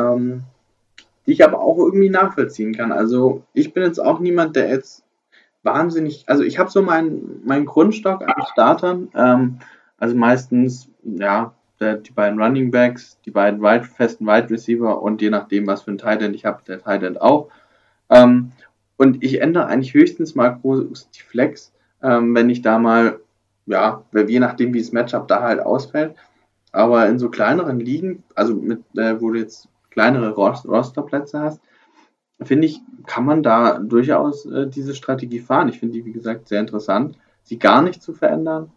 die ich aber auch irgendwie nachvollziehen kann. Also ich bin jetzt auch niemand, der jetzt wahnsinnig, also ich habe so meinen Grundstock an Startern, also meistens, ja, die beiden Running Backs, die beiden festen Wide Receiver und je nachdem, was für ein Tight End ich habe, der Tight End auch. Ähm, und ich ändere eigentlich höchstens mal groß die Flex, wenn ich da mal, ja, je nachdem, wie das Matchup da halt ausfällt. Aber in so kleineren Ligen, also wo du jetzt kleinere Rosterplätze hast, finde ich, kann man da durchaus diese Strategie fahren. Ich finde die, wie gesagt, sehr interessant, sie gar nicht zu verändern.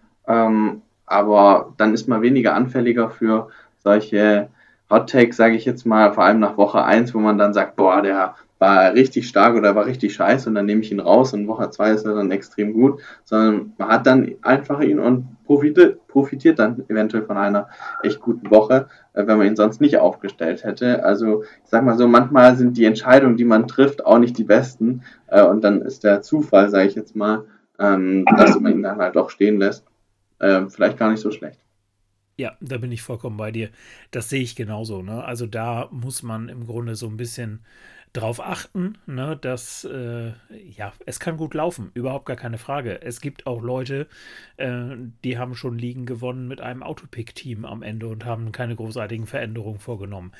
Aber dann ist man weniger anfälliger für solche Hot Takes, sage ich jetzt mal, vor allem nach Woche 1, wo man dann sagt, boah, der war richtig stark oder war richtig scheiße und dann nehme ich ihn raus und Woche 2 ist er dann extrem gut, sondern man hat dann einfach ihn und profitiert dann eventuell von einer echt guten Woche, wenn man ihn sonst nicht aufgestellt hätte. Also ich sag mal so, manchmal sind die Entscheidungen, die man trifft, auch nicht die besten und dann ist der Zufall, sage ich jetzt mal, dass man ihn dann halt doch stehen lässt, vielleicht gar nicht so schlecht. Ja, da bin ich vollkommen bei dir. Das sehe ich genauso. Ne? Also da muss man im Grunde so ein bisschen drauf achten, ne, dass ja, es kann gut laufen, überhaupt gar keine Frage. Es gibt auch Leute, die haben schon Ligen gewonnen mit einem Autopick-Team am Ende und haben keine großartigen Veränderungen vorgenommen.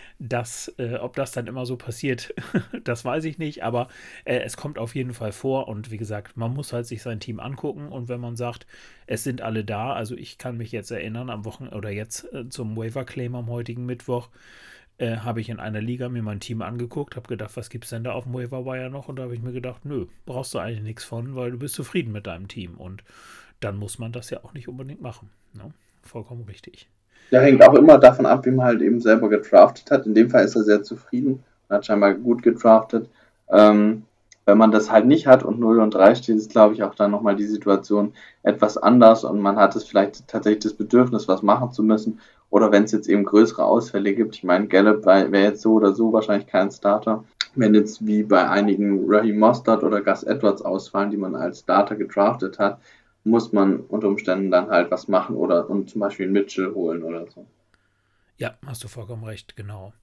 Ob das dann immer so passiert, das weiß ich nicht, aber es kommt auf jeden Fall vor und wie gesagt, man muss halt sich sein Team angucken und wenn man sagt, es sind alle da, also ich kann mich jetzt erinnern, am Wochenende oder jetzt zum Waiver-Claim am heutigen Mittwoch, habe ich in einer Liga mir mein Team angeguckt, habe gedacht, was gibt es denn da auf dem Waiver Wire noch? Und da habe ich mir gedacht, nö, brauchst du eigentlich nichts von, weil du bist zufrieden mit deinem Team. Und dann muss man das ja auch nicht unbedingt machen. Ne? Vollkommen richtig. Der hängt auch immer davon ab, wie man halt eben selber gedraftet hat. In dem Fall ist er sehr zufrieden, hat scheinbar gut gedraftet. Wenn man das halt nicht hat und 0 und 3 steht, ist, glaube ich, auch dann nochmal die Situation etwas anders und man hat es vielleicht tatsächlich das Bedürfnis, was machen zu müssen. Oder wenn es jetzt eben größere Ausfälle gibt. Ich meine, Gallup wäre jetzt so oder so wahrscheinlich kein Starter. Wenn jetzt wie bei einigen Raheem Mostert oder Gus Edwards ausfallen, die man als Starter gedraftet hat, muss man unter Umständen dann halt was machen oder und zum Beispiel einen Mitchell holen oder so. Ja, hast du vollkommen recht, genau.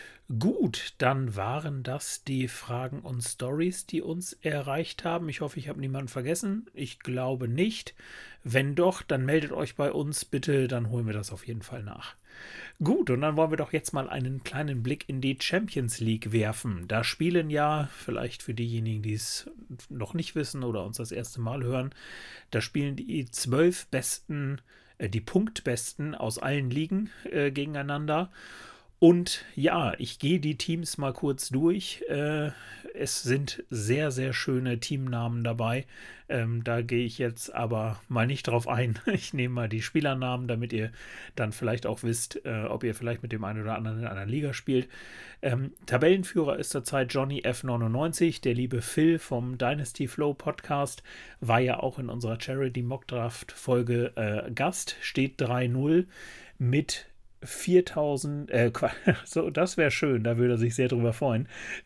Gut, dann waren das die Fragen und Stories, die uns erreicht haben. Ich hoffe, ich habe niemanden vergessen. Ich glaube nicht. Wenn doch, dann meldet euch bei uns bitte, dann holen wir das auf jeden Fall nach. Gut, und dann wollen wir doch jetzt mal einen kleinen Blick in die Champions League werfen. Da spielen ja, vielleicht für diejenigen, die es noch nicht wissen oder uns das erste Mal hören, da spielen die 12 Besten, die Punktbesten aus allen Ligen gegeneinander. Und ja, ich gehe die Teams mal kurz durch. Es sind sehr, sehr schöne Teamnamen dabei. Da gehe ich jetzt aber mal nicht drauf ein. Ich nehme mal die Spielernamen, damit ihr dann vielleicht auch wisst, ob ihr vielleicht mit dem einen oder anderen in einer Liga spielt. Tabellenführer ist zurzeit Johnny F99. Der liebe Phil vom Dynasty Flow Podcast war ja auch in unserer Charity Mock Draft Folge Gast. Steht 3-0 mit 4000, so, das wäre schön, da würde er sich sehr drüber freuen,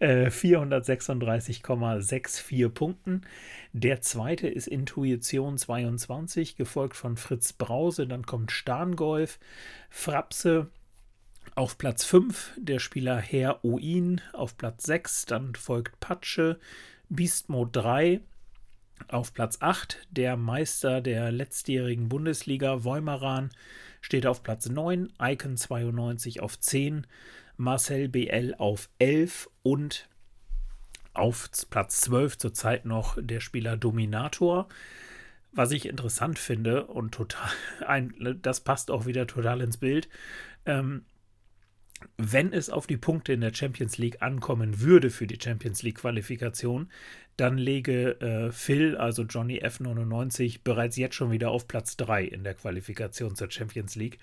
436,64 Punkten. Der zweite ist Intuition 22, gefolgt von Fritz Brause, dann kommt Starngolf, Frapse auf Platz 5, der Spieler Herr Oin auf Platz 6, dann folgt Patsche, Beastmode 3, auf Platz 8 der Meister der letztjährigen Bundesliga, Woimeran, steht auf Platz 9, Icon 92 auf 10, Marcel BL auf 11 und Auf Platz 12 zurzeit noch der Spieler Dominator. Was ich interessant finde und das passt auch wieder total ins Bild. Wenn es auf die Punkte in der Champions League ankommen würde für die Champions League Qualifikation, dann lege Phil, also Johnny F99, bereits jetzt schon wieder auf Platz 3 in der Qualifikation zur Champions League.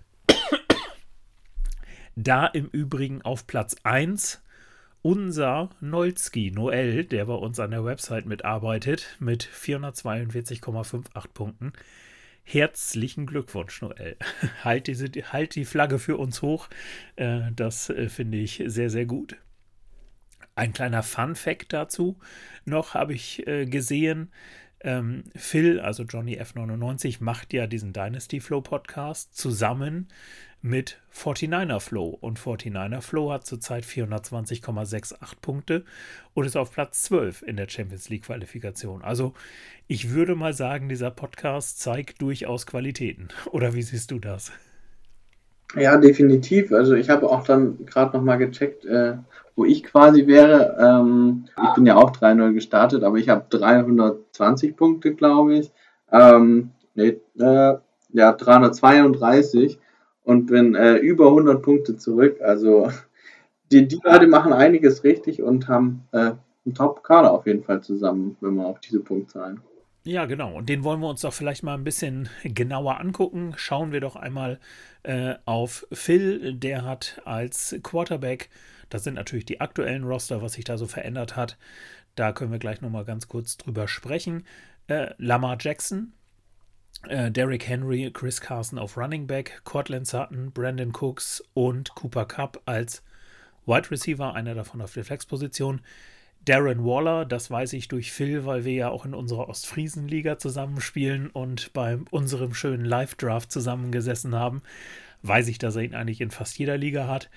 Da im Übrigen auf Platz 1 unser Nolski, Noel, der bei uns an der Website mitarbeitet, mit 442,58 Punkten. Herzlichen Glückwunsch, Noel. Halt die Flagge für uns hoch. Das finde ich sehr, sehr gut. Ein kleiner Fun-Fact dazu noch habe ich gesehen. Phil, also Johnny F99, macht ja diesen Dynasty Flow Podcast zusammen mit 49er Flow. Und 49er Flow hat zurzeit 420,68 Punkte und ist auf Platz 12 in der Champions League Qualifikation. Also ich würde mal sagen, dieser Podcast zeigt durchaus Qualitäten. Oder wie siehst du das? Ja, definitiv. Also ich habe auch dann gerade nochmal gecheckt, wo ich quasi wäre. Ich bin ja auch 3-0 gestartet, aber ich habe 320 Punkte, glaube ich. Ja, 332 und bin über 100 Punkte zurück. Also die Leute machen einiges richtig und haben einen Top-Kader auf jeden Fall zusammen, wenn wir auf diese Punktzahlen. Ja, genau. Und den wollen wir uns doch vielleicht mal ein bisschen genauer angucken. Schauen wir doch einmal auf Phil. Der hat als Quarterback, das sind natürlich die aktuellen Roster, was sich da so verändert hat. Da können wir gleich nochmal ganz kurz drüber sprechen. Lamar Jackson, Derrick Henry, Chris Carson auf Running Back, Cortland Sutton, Brandon Cooks und Cooper Kupp als Wide Receiver, einer davon auf der Flexposition. Darren Waller, das weiß ich durch Phil, weil wir ja auch in unserer Ostfriesen-Liga zusammenspielen und bei unserem schönen Live-Draft zusammengesessen haben, weiß ich, dass er ihn eigentlich in fast jeder Liga hat.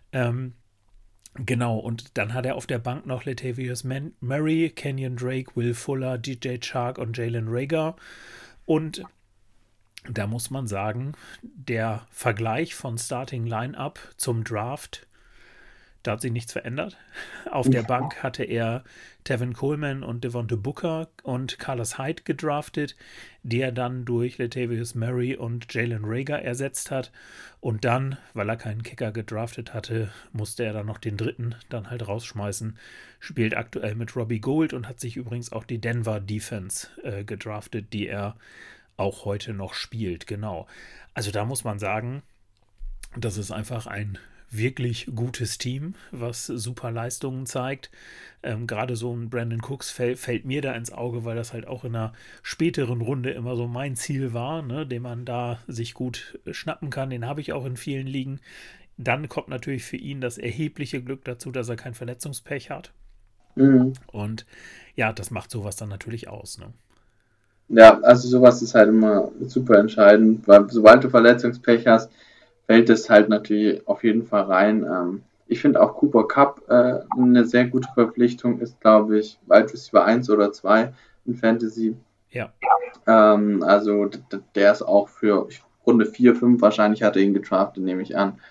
Genau, und dann hat er auf der Bank noch Latavius Murray, Kenyon Drake, Will Fuller, DJ Chark und Jalen Reagor. Und da muss man sagen, der Vergleich von Starting Line-Up zum Draft, da hat sich nichts verändert. Auf der Bank hatte er Tevin Coleman und Devonta Booker und Carlos Hyde gedraftet, die er dann durch Latavius Murray und Jalen Reagor ersetzt hat. Und dann, weil er keinen Kicker gedraftet hatte, musste er dann noch den dritten dann halt rausschmeißen. Spielt aktuell mit Robbie Gould und hat sich übrigens auch die Denver Defense gedraftet, die er auch heute noch spielt. Genau. Also da muss man sagen, das ist einfach ein wirklich gutes Team, was super Leistungen zeigt. Gerade so ein Brandon Cooks fällt mir da ins Auge, weil das halt auch in einer späteren Runde immer so mein Ziel war, ne, den man da sich gut schnappen kann. Den habe ich auch in vielen Ligen. Dann kommt natürlich für ihn das erhebliche Glück dazu, dass er kein Verletzungspech hat. Mhm. Und ja, das macht sowas dann natürlich aus. Ne? Ja, also sowas ist halt immer super entscheidend, weil sobald du Verletzungspech hast, fällt es halt natürlich auf jeden Fall rein. Ich finde auch Cooper Kupp eine sehr gute Verpflichtung, ist glaube ich Wide Receiver 1 oder 2 in Fantasy. Ja. Also der ist auch für Runde 4, 5 wahrscheinlich hat er ihn gedraftet, nehme ich an.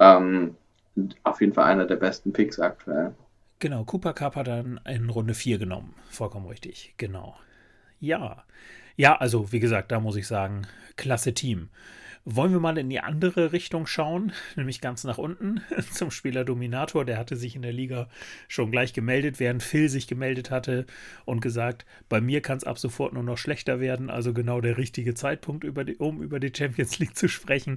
Auf jeden Fall einer der besten Picks aktuell. Genau, Cooper Kupp hat dann in Runde 4 genommen. Vollkommen richtig, genau. Ja. Ja, also wie gesagt, da muss ich sagen, klasse Team. Wollen wir mal in die andere Richtung schauen, nämlich ganz nach unten zum Spieler Dominator. Der hatte sich in der Liga schon gleich gemeldet, während Phil sich gemeldet hatte und gesagt, bei mir kann es ab sofort nur noch schlechter werden. Also genau der richtige Zeitpunkt, um über die Champions League zu sprechen.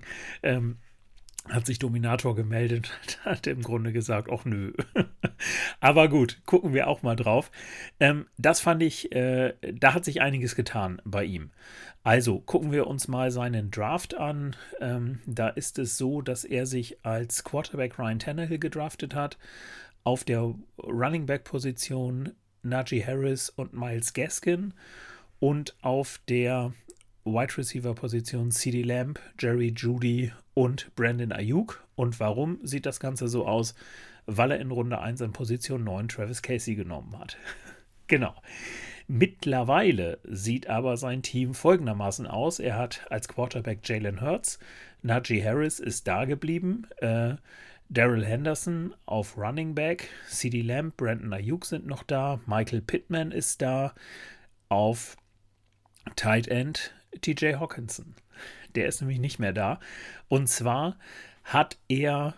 Hat sich Dominator gemeldet, hat im Grunde gesagt, ach nö. Aber gut, gucken wir auch mal drauf. Das fand ich, da hat sich einiges getan bei ihm. Also gucken wir uns mal seinen Draft an. Da ist es so, dass er sich als Quarterback Ryan Tannehill gedraftet hat. Auf der Running Back Position Najee Harris und Myles Gaskin. Und auf der Wide Receiver Position CeeDee Lamb, Jerry Jeudy und Brandon Ayuk. Und warum sieht das Ganze so aus? Weil er in Runde 1 an Position 9 Travis Kelce genommen hat. Genau. Mittlerweile sieht aber sein Team folgendermaßen aus. Er hat als Quarterback Jalen Hurts, Najee Harris ist da geblieben, Daryl Henderson auf Running Back, CeeDee Lamb, Brandon Ayuk sind noch da, Michael Pittman ist da, auf Tight End TJ Hawkinson. Der ist nämlich nicht mehr da. Und zwar hat er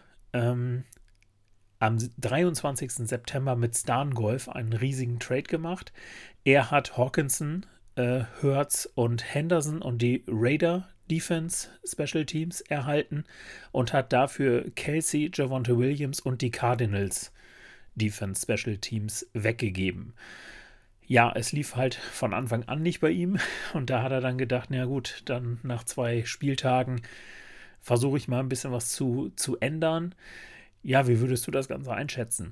am 23. September mit Stan Golf einen riesigen Trade gemacht. Er hat Hawkinson, Hurts und Henderson und die Raider Defense Special Teams erhalten und hat dafür Kelsey, Javonte Williams und die Cardinals Defense Special Teams weggegeben. Ja, es lief halt von Anfang an nicht bei ihm und da hat er dann gedacht, na gut, dann nach 2 Spieltagen versuche ich mal ein bisschen was zu ändern. Ja, wie würdest du das Ganze einschätzen?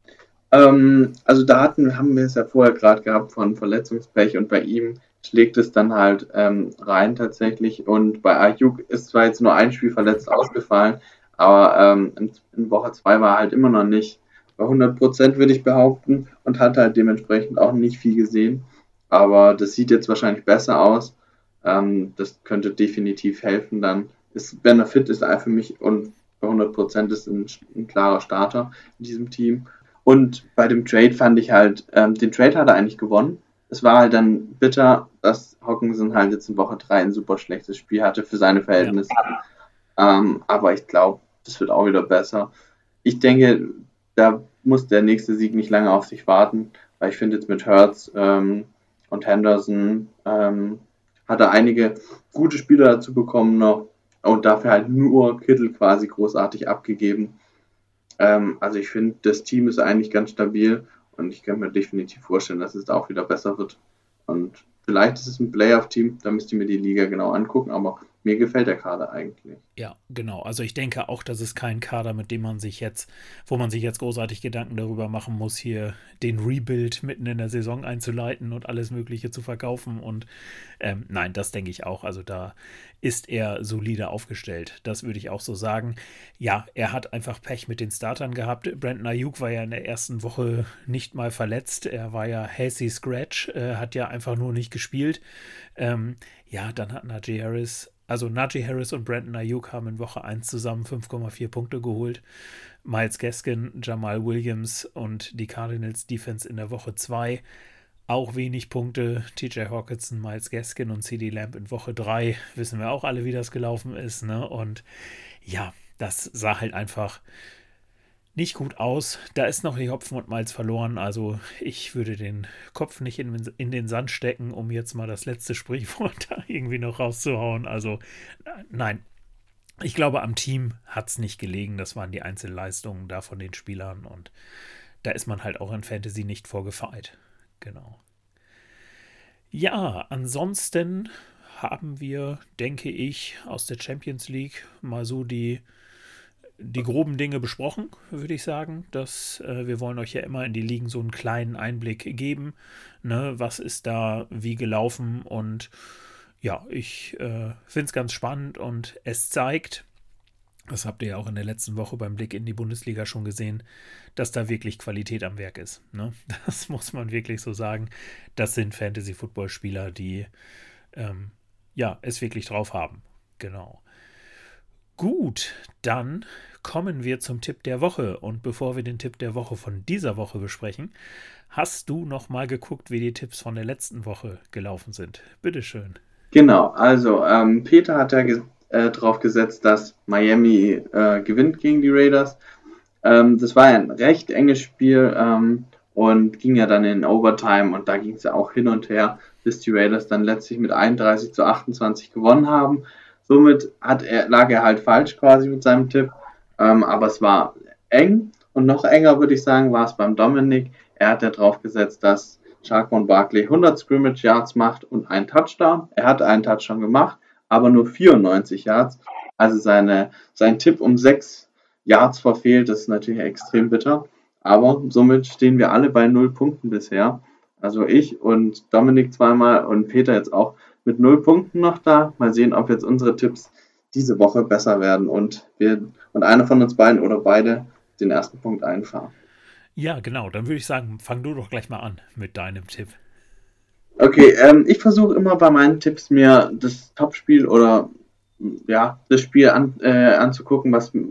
Also da haben wir es ja vorher gerade gehabt von Verletzungspech und bei ihm schlägt es dann halt rein tatsächlich. Und bei Ayuk ist zwar jetzt nur ein Spiel verletzt ausgefallen, aber in Woche 2 war er halt immer noch nicht bei 100%, würde ich behaupten, und hat halt dementsprechend auch nicht viel gesehen. Aber das sieht jetzt wahrscheinlich besser aus. Das könnte definitiv helfen. Dann ist, wenn er fit ist, er für mich und bei 100% ist ein klarer Starter in diesem Team. Und bei dem Trade fand ich halt, den Trade hat er eigentlich gewonnen. Es war halt dann bitter, dass Hawkinson halt jetzt in Woche 3 ein super schlechtes Spiel hatte für seine Verhältnisse. Aber ich glaube, das wird auch wieder besser. Ich denke, da muss der nächste Sieg nicht lange auf sich warten, weil ich finde jetzt mit Hurts und Henderson hat er einige gute Spieler dazu bekommen noch und dafür halt nur Kittel quasi großartig abgegeben. Also ich finde, das Team ist eigentlich ganz stabil und ich kann mir definitiv vorstellen, dass es da auch wieder besser wird. Und vielleicht ist es ein Playoff-Team, da müsst ihr mir die Liga genau angucken, aber mir gefällt der Kader eigentlich. Ja, genau. Also ich denke auch, das ist kein Kader, mit dem man sich jetzt, wo man sich jetzt großartig Gedanken darüber machen muss, hier den Rebuild mitten in der Saison einzuleiten und alles Mögliche zu verkaufen. Und nein, das denke ich auch. Also da ist er solide aufgestellt. Das würde ich auch so sagen. Ja, er hat einfach Pech mit den Startern gehabt. Brandon Ayuk war ja in der ersten Woche nicht mal verletzt. Er war ja Hasty Scratch, hat ja einfach nur nicht gespielt. Ja, dann hat Najee Harris und Brandon Ayuk haben in Woche 1 zusammen 5,4 Punkte geholt. Myles Gaskin, Jamal Williams und die Cardinals Defense in der Woche 2 auch wenig Punkte. TJ Hawkinson, Myles Gaskin und CeeDee Lamb in Woche 3. Wissen wir auch alle, wie das gelaufen ist, ne? Und ja, das sah halt einfach nicht gut aus. Da ist noch die Hopfen und Malz verloren. Also ich würde den Kopf nicht in den Sand stecken, um jetzt mal das letzte Sprichwort da irgendwie noch rauszuhauen. Also nein, ich glaube, am Team hat es nicht gelegen. Das waren die Einzelleistungen da von den Spielern. Und da ist man halt auch in Fantasy nicht vorgefeit. Genau. Ja, ansonsten haben wir, denke ich, aus der Champions League mal so die groben Dinge besprochen, würde ich sagen. Wir wollen euch ja immer in die Ligen so einen kleinen Einblick geben. Ne? Was ist da wie gelaufen? Und ja, ich finde es ganz spannend und es zeigt, das habt ihr ja auch in der letzten Woche beim Blick in die Bundesliga schon gesehen, dass da wirklich Qualität am Werk ist. Ne? Das muss man wirklich so sagen. Das sind Fantasy-Football-Spieler, die ja, es wirklich drauf haben. Genau. Gut, dann kommen wir zum Tipp der Woche. Und bevor wir den Tipp der Woche von dieser Woche besprechen, hast du noch mal geguckt, wie die Tipps von der letzten Woche gelaufen sind? Bitteschön. Genau, also Peter hat ja drauf gesetzt, dass Miami gewinnt gegen die Raiders. Das war ein recht enges Spiel und ging ja dann in Overtime und da ging es ja auch hin und her, bis die Raiders dann letztlich mit 31-28 gewonnen haben. Somit lag er halt falsch quasi mit seinem Tipp, aber es war eng und noch enger würde ich sagen war es beim Dominik. Er hat ja drauf gesetzt, dass Saquon Barkley 100 Scrimmage Yards macht und einen Touchdown. Er hat einen Touchdown gemacht, aber nur 94 Yards. Also sein Tipp um 6 Yards verfehlt, das ist natürlich extrem bitter. Aber somit stehen wir alle bei 0 Punkten bisher. Also ich und Dominik zweimal und Peter jetzt auch mit 0 Punkten noch da. Mal sehen, ob jetzt unsere Tipps diese Woche besser werden und einer von uns beiden oder beide den ersten Punkt einfahren. Ja, genau. Dann würde ich sagen, fang du doch gleich mal an mit deinem Tipp. Okay, ich versuche immer bei meinen Tipps mir das Topspiel oder ja, das Spiel anzugucken,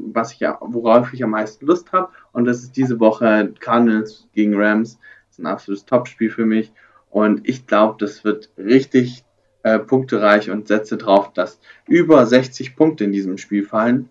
worauf ich am meisten Lust habe. Und das ist diese Woche Cardinals gegen Rams. Das ist ein absolutes Topspiel für mich. Und ich glaube, das wird richtig punktereich und setze drauf, dass über 60 Punkte in diesem Spiel fallen.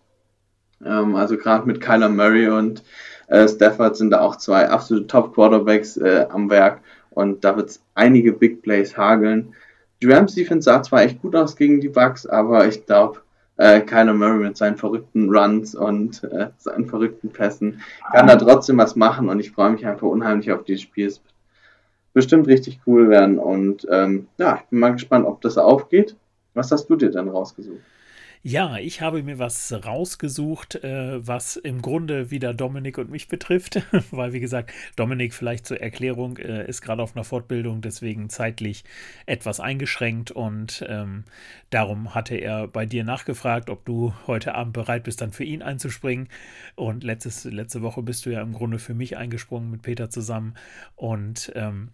Also gerade mit Kyler Murray und Stafford sind da auch zwei absolute Top-Quarterbacks am Werk. Und da wird es einige Big Plays hageln. Die Rams Defense sah zwar echt gut aus gegen die Bucks, aber ich glaube, Kyler Murray mit seinen verrückten Runs und seinen verrückten Pässen kann da trotzdem was machen und ich freue mich einfach unheimlich auf dieses Spiel. Es wird bestimmt richtig cool werden und ja, ich bin mal gespannt, ob das aufgeht. Was hast du dir denn rausgesucht? Ja, ich habe mir was rausgesucht, was im Grunde wieder Dominik und mich betrifft, weil wie gesagt, Dominik vielleicht zur Erklärung ist gerade auf einer Fortbildung, deswegen zeitlich etwas eingeschränkt und darum hatte er bei dir nachgefragt, ob du heute Abend bereit bist, dann für ihn einzuspringen und letzte Woche bist du ja im Grunde für mich eingesprungen mit Peter zusammen und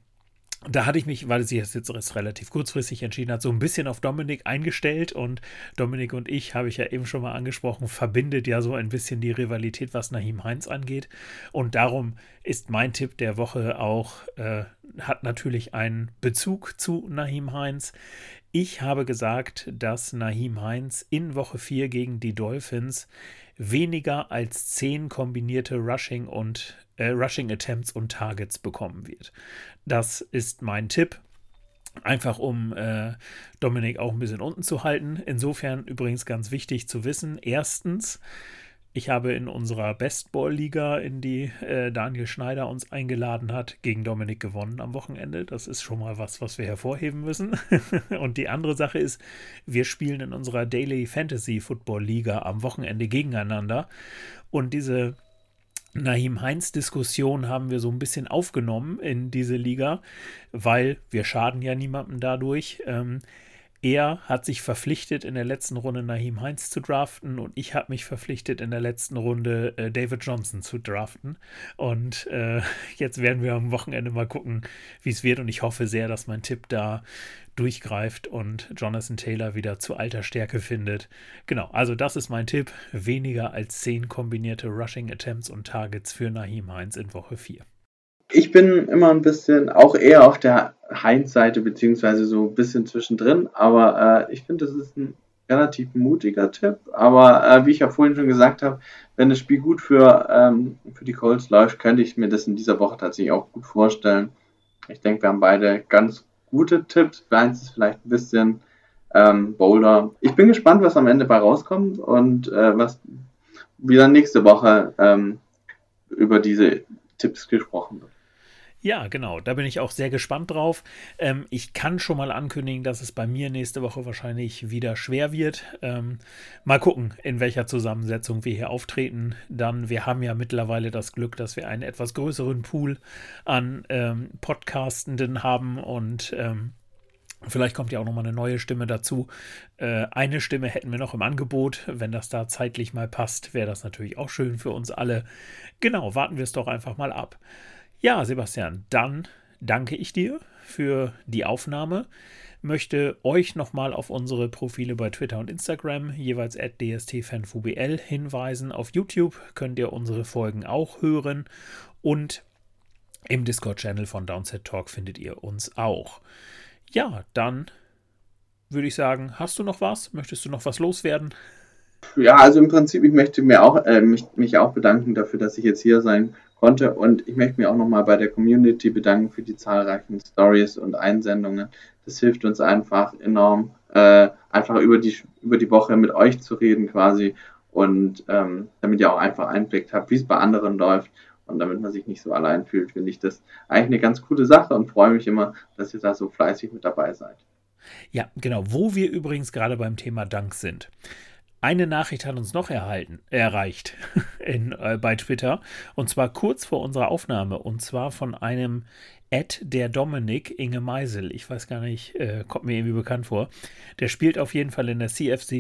da hatte ich mich, weil sich das jetzt relativ kurzfristig entschieden hat, so ein bisschen auf Dominik eingestellt und Dominik und ich, habe ich ja eben schon mal angesprochen, verbindet ja so ein bisschen die Rivalität, was Nyheim Hines angeht und darum ist mein Tipp der Woche auch, hat natürlich einen Bezug zu Nyheim Hines. Ich habe gesagt, dass Nyheim Hines in Woche 4 gegen die Dolphins weniger als 10 kombinierte Rushing Attempts und Targets bekommen wird. Das ist mein Tipp. Einfach um Dominik auch ein bisschen unten zu halten. Insofern übrigens ganz wichtig zu wissen. Erstens, ich habe in unserer Bestball-Liga, in die Daniel Schneider uns eingeladen hat, gegen Dominik gewonnen am Wochenende. Das ist schon mal was wir hervorheben müssen. Und die andere Sache ist, wir spielen in unserer Daily Fantasy Football Liga am Wochenende gegeneinander. Und diese Nyheim Hines Diskussion haben wir so ein bisschen aufgenommen in diese Liga, weil wir schaden ja niemandem dadurch. Er hat sich verpflichtet, in der letzten Runde Nyheim Hines zu draften und ich habe mich verpflichtet, in der letzten Runde David Johnson zu draften. Und jetzt werden wir am Wochenende mal gucken, wie es wird. Und ich hoffe sehr, dass mein Tipp da durchgreift und Jonathan Taylor wieder zu alter Stärke findet. Genau, also das ist mein Tipp. Weniger als 10 kombinierte Rushing Attempts und Targets für Nyheim Hines in Woche 4. Ich bin immer ein bisschen auch eher auf der Heinz-Seite, beziehungsweise so ein bisschen zwischendrin, aber ich finde, das ist ein relativ mutiger Tipp. Aber wie ich ja vorhin schon gesagt habe, wenn das Spiel gut für die Colts läuft, könnte ich mir das in dieser Woche tatsächlich auch gut vorstellen. Ich denke, wir haben beide ganz gute Tipps. Eins ist vielleicht ein bisschen bolder. Ich bin gespannt, was am Ende bei rauskommt und was wieder nächste Woche über diese Tipps gesprochen wird. Ja, genau, da bin ich auch sehr gespannt drauf. Ich kann schon mal ankündigen, dass es bei mir nächste Woche wahrscheinlich wieder schwer wird. Mal gucken, in welcher Zusammensetzung wir hier auftreten. Dann, wir haben ja mittlerweile das Glück, dass wir einen etwas größeren Pool an Podcastenden haben und vielleicht kommt ja auch nochmal eine neue Stimme dazu. Eine Stimme hätten wir noch im Angebot. Wenn das da zeitlich mal passt, wäre das natürlich auch schön für uns alle. Genau, warten wir es doch einfach mal ab. Ja, Sebastian, dann danke ich dir für die Aufnahme. Möchte euch nochmal auf unsere Profile bei Twitter und Instagram, jeweils @dstfanfubl, hinweisen. Auf YouTube könnt ihr unsere Folgen auch hören und im Discord-Channel von Downset Talk findet ihr uns auch. Ja, dann würde ich sagen, hast du noch was? Möchtest du noch was loswerden? Ja, also im Prinzip, ich möchte mir auch, mich auch bedanken dafür, dass ich jetzt hier sein konnte und ich möchte mich auch nochmal bei der Community bedanken für die zahlreichen Stories und Einsendungen. Das hilft uns einfach enorm, einfach über die Woche mit euch zu reden quasi und damit ihr auch einfach Einblick habt, wie es bei anderen läuft und damit man sich nicht so allein fühlt, finde ich das eigentlich eine ganz coole Sache und freue mich immer, dass ihr da so fleißig mit dabei seid. Ja, genau, wo wir übrigens gerade beim Thema Dank sind. Eine Nachricht hat uns noch erreicht bei Twitter und zwar kurz vor unserer Aufnahme und zwar von einem der Dominik Inge Meisel. Ich weiß gar nicht, kommt mir irgendwie bekannt vor. Der spielt auf jeden Fall in der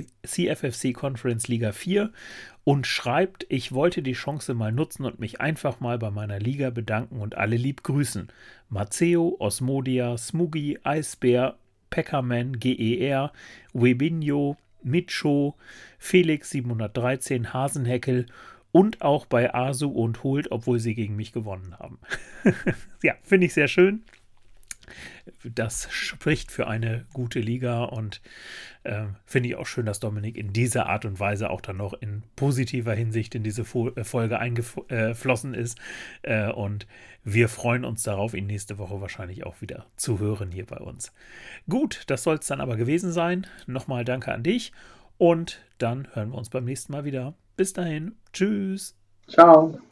CFFC Conference Liga 4 und schreibt, ich wollte die Chance mal nutzen und mich einfach mal bei meiner Liga bedanken und alle lieb grüßen. Maceo, Osmodia, Smoogie, Eisbär, Peckerman, GER, Webinho, Mitscho, Felix 713, Hasenheckel und auch bei Asu und Hult, obwohl sie gegen mich gewonnen haben. Ja, finde ich sehr schön. Das spricht für eine gute Liga und finde ich auch schön, dass Dominik in dieser Art und Weise auch dann noch in positiver Hinsicht in diese Folge eingeflossen ist. Und wir freuen uns darauf, ihn nächste Woche wahrscheinlich auch wieder zu hören hier bei uns. Gut, das soll es dann aber gewesen sein. Nochmal danke an dich und dann hören wir uns beim nächsten Mal wieder. Bis dahin, tschüss. Ciao.